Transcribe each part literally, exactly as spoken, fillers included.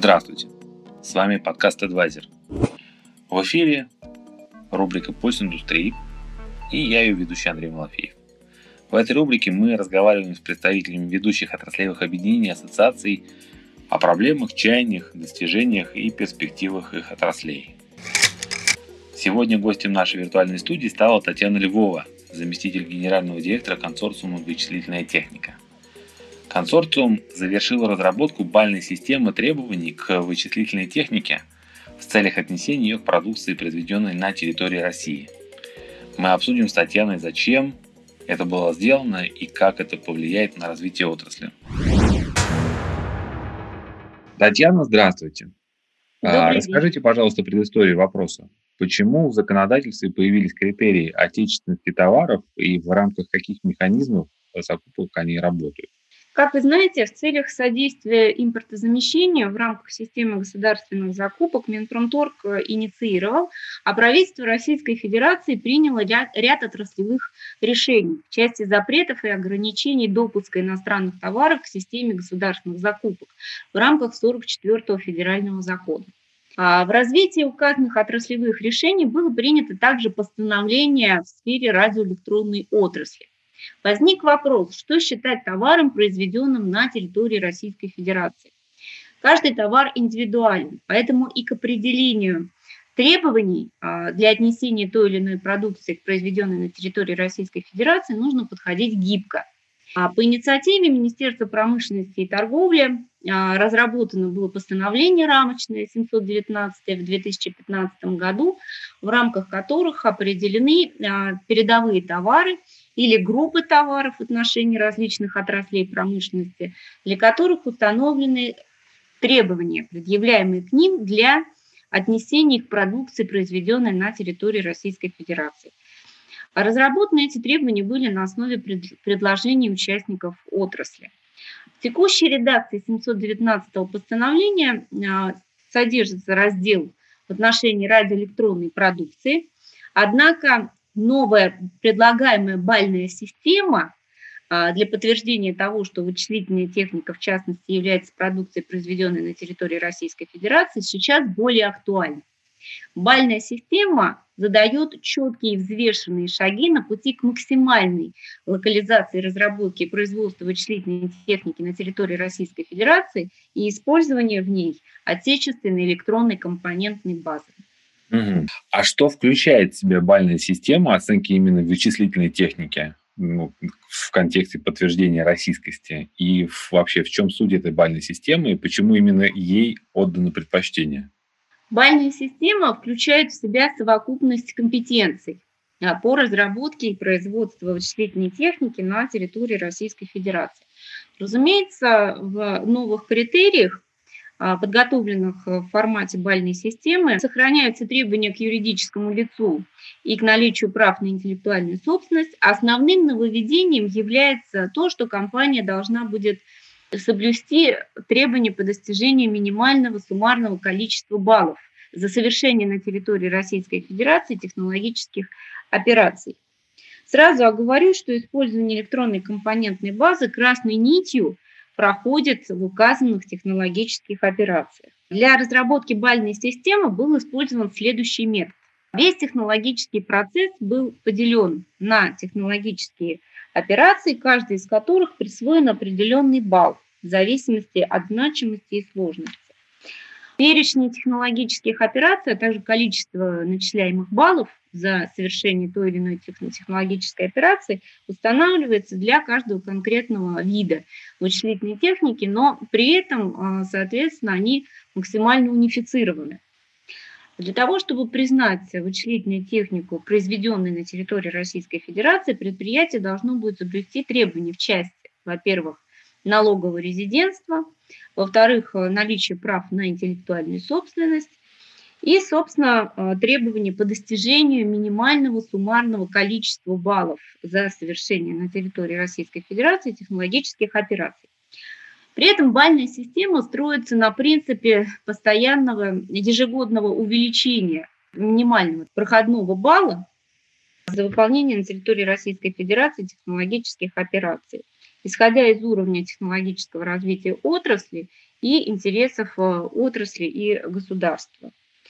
Здравствуйте, с вами подкаст Advisor. В эфире рубрика «Пульс индустрии» и я ее ведущий Андрей Малафеев. В этой рубрике мы разговариваем с представителями ведущих отраслевых объединений и ассоциаций о проблемах, чаяниях, достижениях и перспективах их отраслей. Сегодня гостем нашей виртуальной студии стала Татьяна Львова, заместитель генерального директора консорциума «Вычислительная техника». Консорциум завершил разработку бальной системы требований к вычислительной технике в целях отнесения ее к продукции, произведенной на территории России. Мы обсудим с Татьяной, зачем это было сделано и как это повлияет на развитие отрасли. Татьяна, здравствуйте. Добрый Расскажите, день. пожалуйста, предысторию вопроса. Почему в законодательстве появились критерии отечественности товаров и в рамках каких механизмов закупок они работают? Как вы знаете, в целях содействия импортозамещению в рамках системы государственных закупок Минпромторг инициировал, а правительство Российской Федерации приняло ряд, ряд отраслевых решений в части запретов и ограничений допуска иностранных товаров к системе государственных закупок в рамках сорок четвёртого федерального закона. А в развитии указанных отраслевых решений было принято также постановление в сфере радиоэлектронной отрасли. Возник вопрос, что считать товаром, произведенным на территории Российской Федерации. Каждый товар индивидуален, поэтому и к определению требований для отнесения той или иной продукции, произведенной на территории Российской Федерации, нужно подходить гибко. По инициативе Министерства промышленности и торговли разработано было постановление рамочное семьсот девятнадцать в две тысячи пятнадцатом году, в рамках которых определены передовые товары или группы товаров в отношении различных отраслей промышленности, для которых установлены требования, предъявляемые к ним для отнесения их продукции, произведенной на территории Российской Федерации. Разработаны эти требования были на основе предложений участников отрасли. В текущей редакции семьсот девятнадцатого постановления содержится раздел в отношении радиоэлектронной продукции, однако новая предлагаемая бальная система для подтверждения того, что вычислительная техника, в частности, является продукцией, произведенной на территории Российской Федерации, сейчас более актуальна. Бальная система задает четкие и взвешенные шаги на пути к максимальной локализации разработки и производства вычислительной техники на территории Российской Федерации и использования в ней отечественной электронной компонентной базы. Угу. А что включает в себя бальная система оценки именно вычислительной техники, ну, в контексте подтверждения российскости? И вообще, в чем суть этой бальной системы и почему именно ей отдано предпочтение? Бальная система включает в себя совокупность компетенций по разработке и производству вычислительной техники на территории Российской Федерации. Разумеется, в новых критериях, подготовленных в формате бальной системы, сохраняются требования к юридическому лицу и к наличию прав на интеллектуальную собственность. Основным нововведением является то, что компания должна будет соблюсти требования по достижению минимального суммарного количества баллов за совершение на территории Российской Федерации технологических операций. Сразу оговорюсь, что использование электронной компонентной базы красной нитью проходит в указанных технологических операциях. Для разработки бальной системы был использован следующий метод. Весь технологический процесс был поделен на технологические операции, каждой из которых присвоен определенный балл в зависимости от значимости и сложности. Перечень технологических операций, а также количество начисляемых баллов за совершение той или иной технологической операции устанавливается для каждого конкретного вида вычислительной техники, но при этом, соответственно, они максимально унифицированы. Для того, чтобы признать вычислительную технику, произведенную на территории Российской Федерации, предприятие должно будет соблюсти требования в части, во-первых, налогового резидентства, во-вторых, наличие прав на интеллектуальную собственность и, собственно, требования по достижению минимального суммарного количества баллов за совершение на территории Российской Федерации технологических операций. При этом бальная система строится на принципе постоянного ежегодного увеличения минимального проходного балла за выполнение на территории Российской Федерации технологических операций. Исходя из уровня технологического развития отрасли и интересов э, отрасли и государства.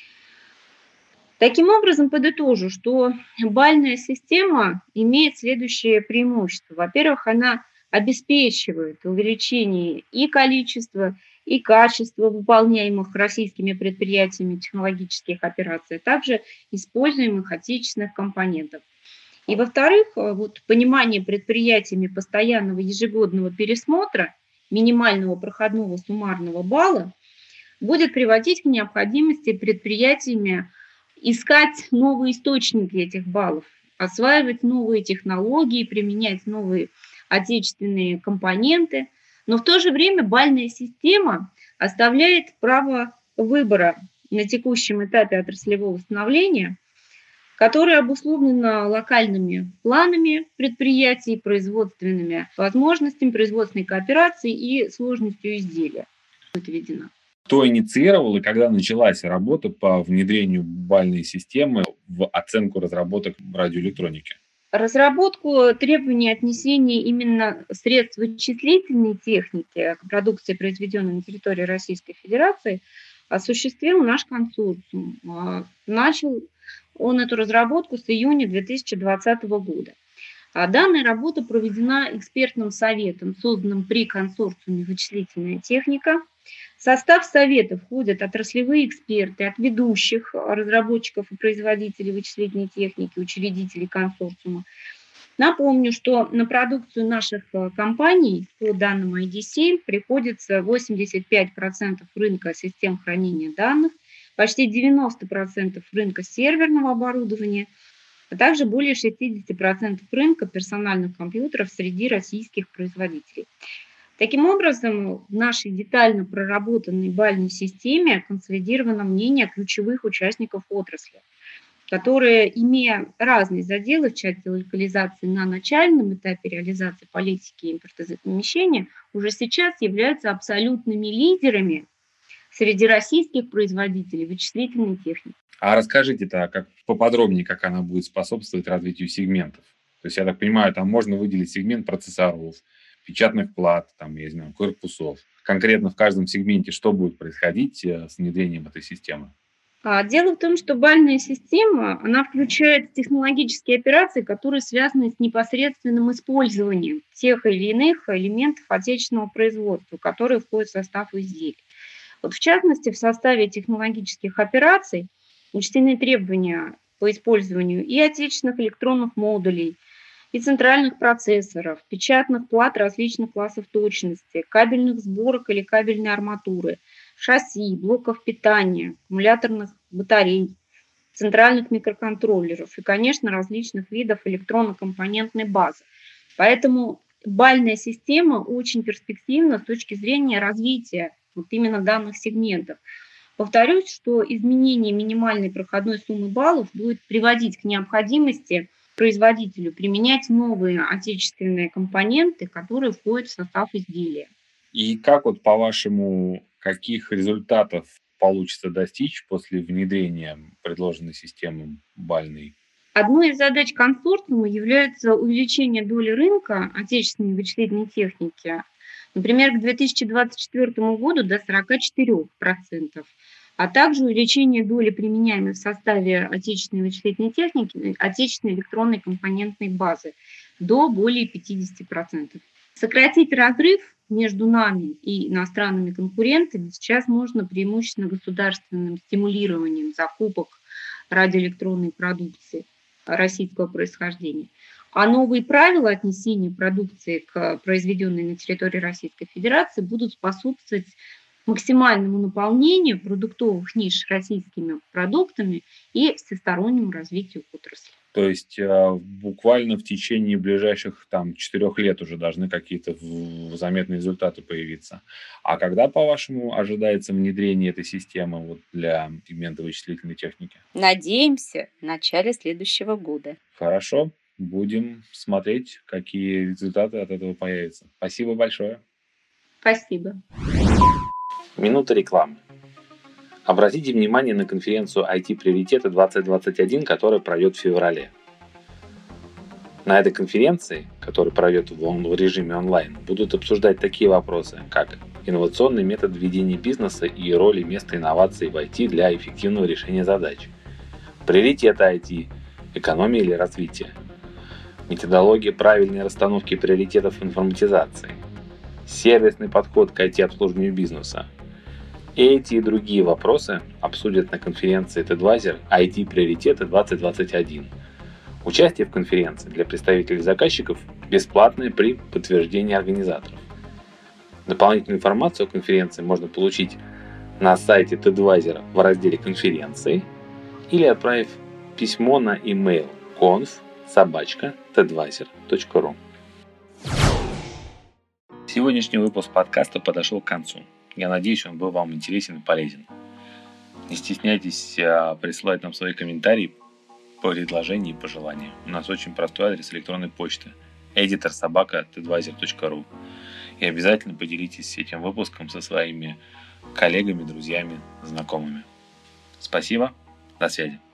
Таким образом, подытожу, что бальная система имеет следующее преимущество. Во-первых, она обеспечивает увеличение и количества, и качества выполняемых российскими предприятиями технологических операций, а также используемых отечественных компонентов. И во-вторых, э, вот понимание предприятиями постоянного ежегодного пересмотра минимального проходного суммарного балла будет приводить к необходимости предприятиями искать новые источники этих баллов, осваивать новые технологии, применять новые отечественные компоненты. Но в то же время бальная система оставляет право выбора на текущем этапе отраслевого становления, которое обусловлено локальными планами предприятий, производственными возможностями, производственной кооперации и сложностью изделия. Отведено. Кто инициировал и когда началась работа по внедрению бальной системы в оценку разработок радиоэлектроники? Разработку требований отнесения именно средств вычислительной техники к продукции, произведенной на территории Российской Федерации, осуществил наш консорциум. А, Начал он эту разработку с июня две тысячи двадцатого года. А Данная работа проведена экспертным советом, созданным при консорциуме «Вычислительная техника». В состав совета входят отраслевые эксперты от ведущих разработчиков и производителей вычислительной техники, учредителей консорциума. Напомню, что на продукцию наших э, компаний по данным ай ди си приходится восемьдесят пять процентов рынка систем хранения данных, почти девяносто процентов рынка серверного оборудования, а также более шестьдесят процентов рынка персональных компьютеров среди российских производителей. Таким образом, в нашей детально проработанной бальной системе консолидировано мнение ключевых участников отрасли, которые, имея разные заделы в части локализации на начальном этапе реализации политики импортозамещения, уже сейчас являются абсолютными лидерами среди российских производителей вычислительной техники. А расскажите-то как поподробнее, как она будет способствовать развитию сегментов. То есть, я так понимаю, там можно выделить сегмент процессоров, печатных плат, там, я не знаю, корпусов. Конкретно в каждом сегменте что будет происходить э, с внедрением этой системы? А, Дело в том, что бальная система, она включает технологические операции, которые связаны с непосредственным использованием тех или иных элементов отечественного производства, которые входят в состав изделий. Вот в частности, в составе технологических операций учтены требования по использованию и отечественных электронных модулей, и центральных процессоров, печатных плат различных классов точности, кабельных сборок или кабельной арматуры, шасси, блоков питания, аккумуляторных батарей, центральных микроконтроллеров и, конечно, различных видов электронно-компонентной базы. Поэтому бальная система очень перспективна с точки зрения развития вот именно данных сегментов. Повторюсь, что изменение минимальной проходной суммы баллов будет приводить к необходимости производителю применять новые отечественные компоненты, которые входят в состав изделия. И как вот, по-вашему, каких результатов получится достичь после внедрения предложенной системы бальной? Одной из задач консорциума является увеличение доли рынка отечественной вычислительной техники, например, к две тысячи двадцать четвёртому году до сорок четыре процента, а также увеличение доли применяемой в составе отечественной вычислительной техники, отечественной электронной компонентной базы до более пятьдесят процентов. Сократить разрыв между нами и иностранными конкурентами сейчас можно преимущественно государственным стимулированием закупок радиоэлектронной продукции российского происхождения. А новые правила отнесения продукции к произведенной на территории Российской Федерации будут способствовать максимальному наполнению продуктовых ниш российскими продуктами и всестороннему развитию отрасли. То есть э, буквально в течение ближайших там четырех лет уже должны какие-то в- заметные результаты появиться. А когда, по-вашему, ожидается внедрение этой системы вот для сегмента вычислительной техники? Надеемся, в начале следующего года. Хорошо, будем смотреть, какие результаты от этого появятся. Спасибо большое. Спасибо. Минута рекламы. Обратите внимание на конференцию ай ти-приоритеты двадцать двадцать один, которая пройдет в феврале. На этой конференции, которую пройдет в, он- в режиме онлайн, будут обсуждать такие вопросы, как инновационный метод ведения бизнеса и роли места инноваций в ай ти для эффективного решения задач, приоритеты ай ти, экономия или развитие, методология правильной расстановки приоритетов информатизации, сервисный подход к ай ти-обслуживанию бизнеса. Эти и другие вопросы обсудят на конференции TEDvisor ай ти-приоритеты двадцать двадцать один. Участие в конференции для представителей заказчиков бесплатное при подтверждении организаторов. Дополнительную информацию о конференции можно получить на сайте TEDvisor в разделе «Конференции» или отправив письмо на email conf собака tedvisor точка ру. Сегодняшний выпуск подкаста подошел к концу. Я надеюсь, он был вам интересен и полезен. Не стесняйтесь а, присылать нам свои комментарии, предложения и пожелания. У нас очень простой адрес электронной почты editor собака tedvisor точка ру. И обязательно поделитесь этим выпуском со своими коллегами, друзьями, знакомыми. Спасибо. До связи.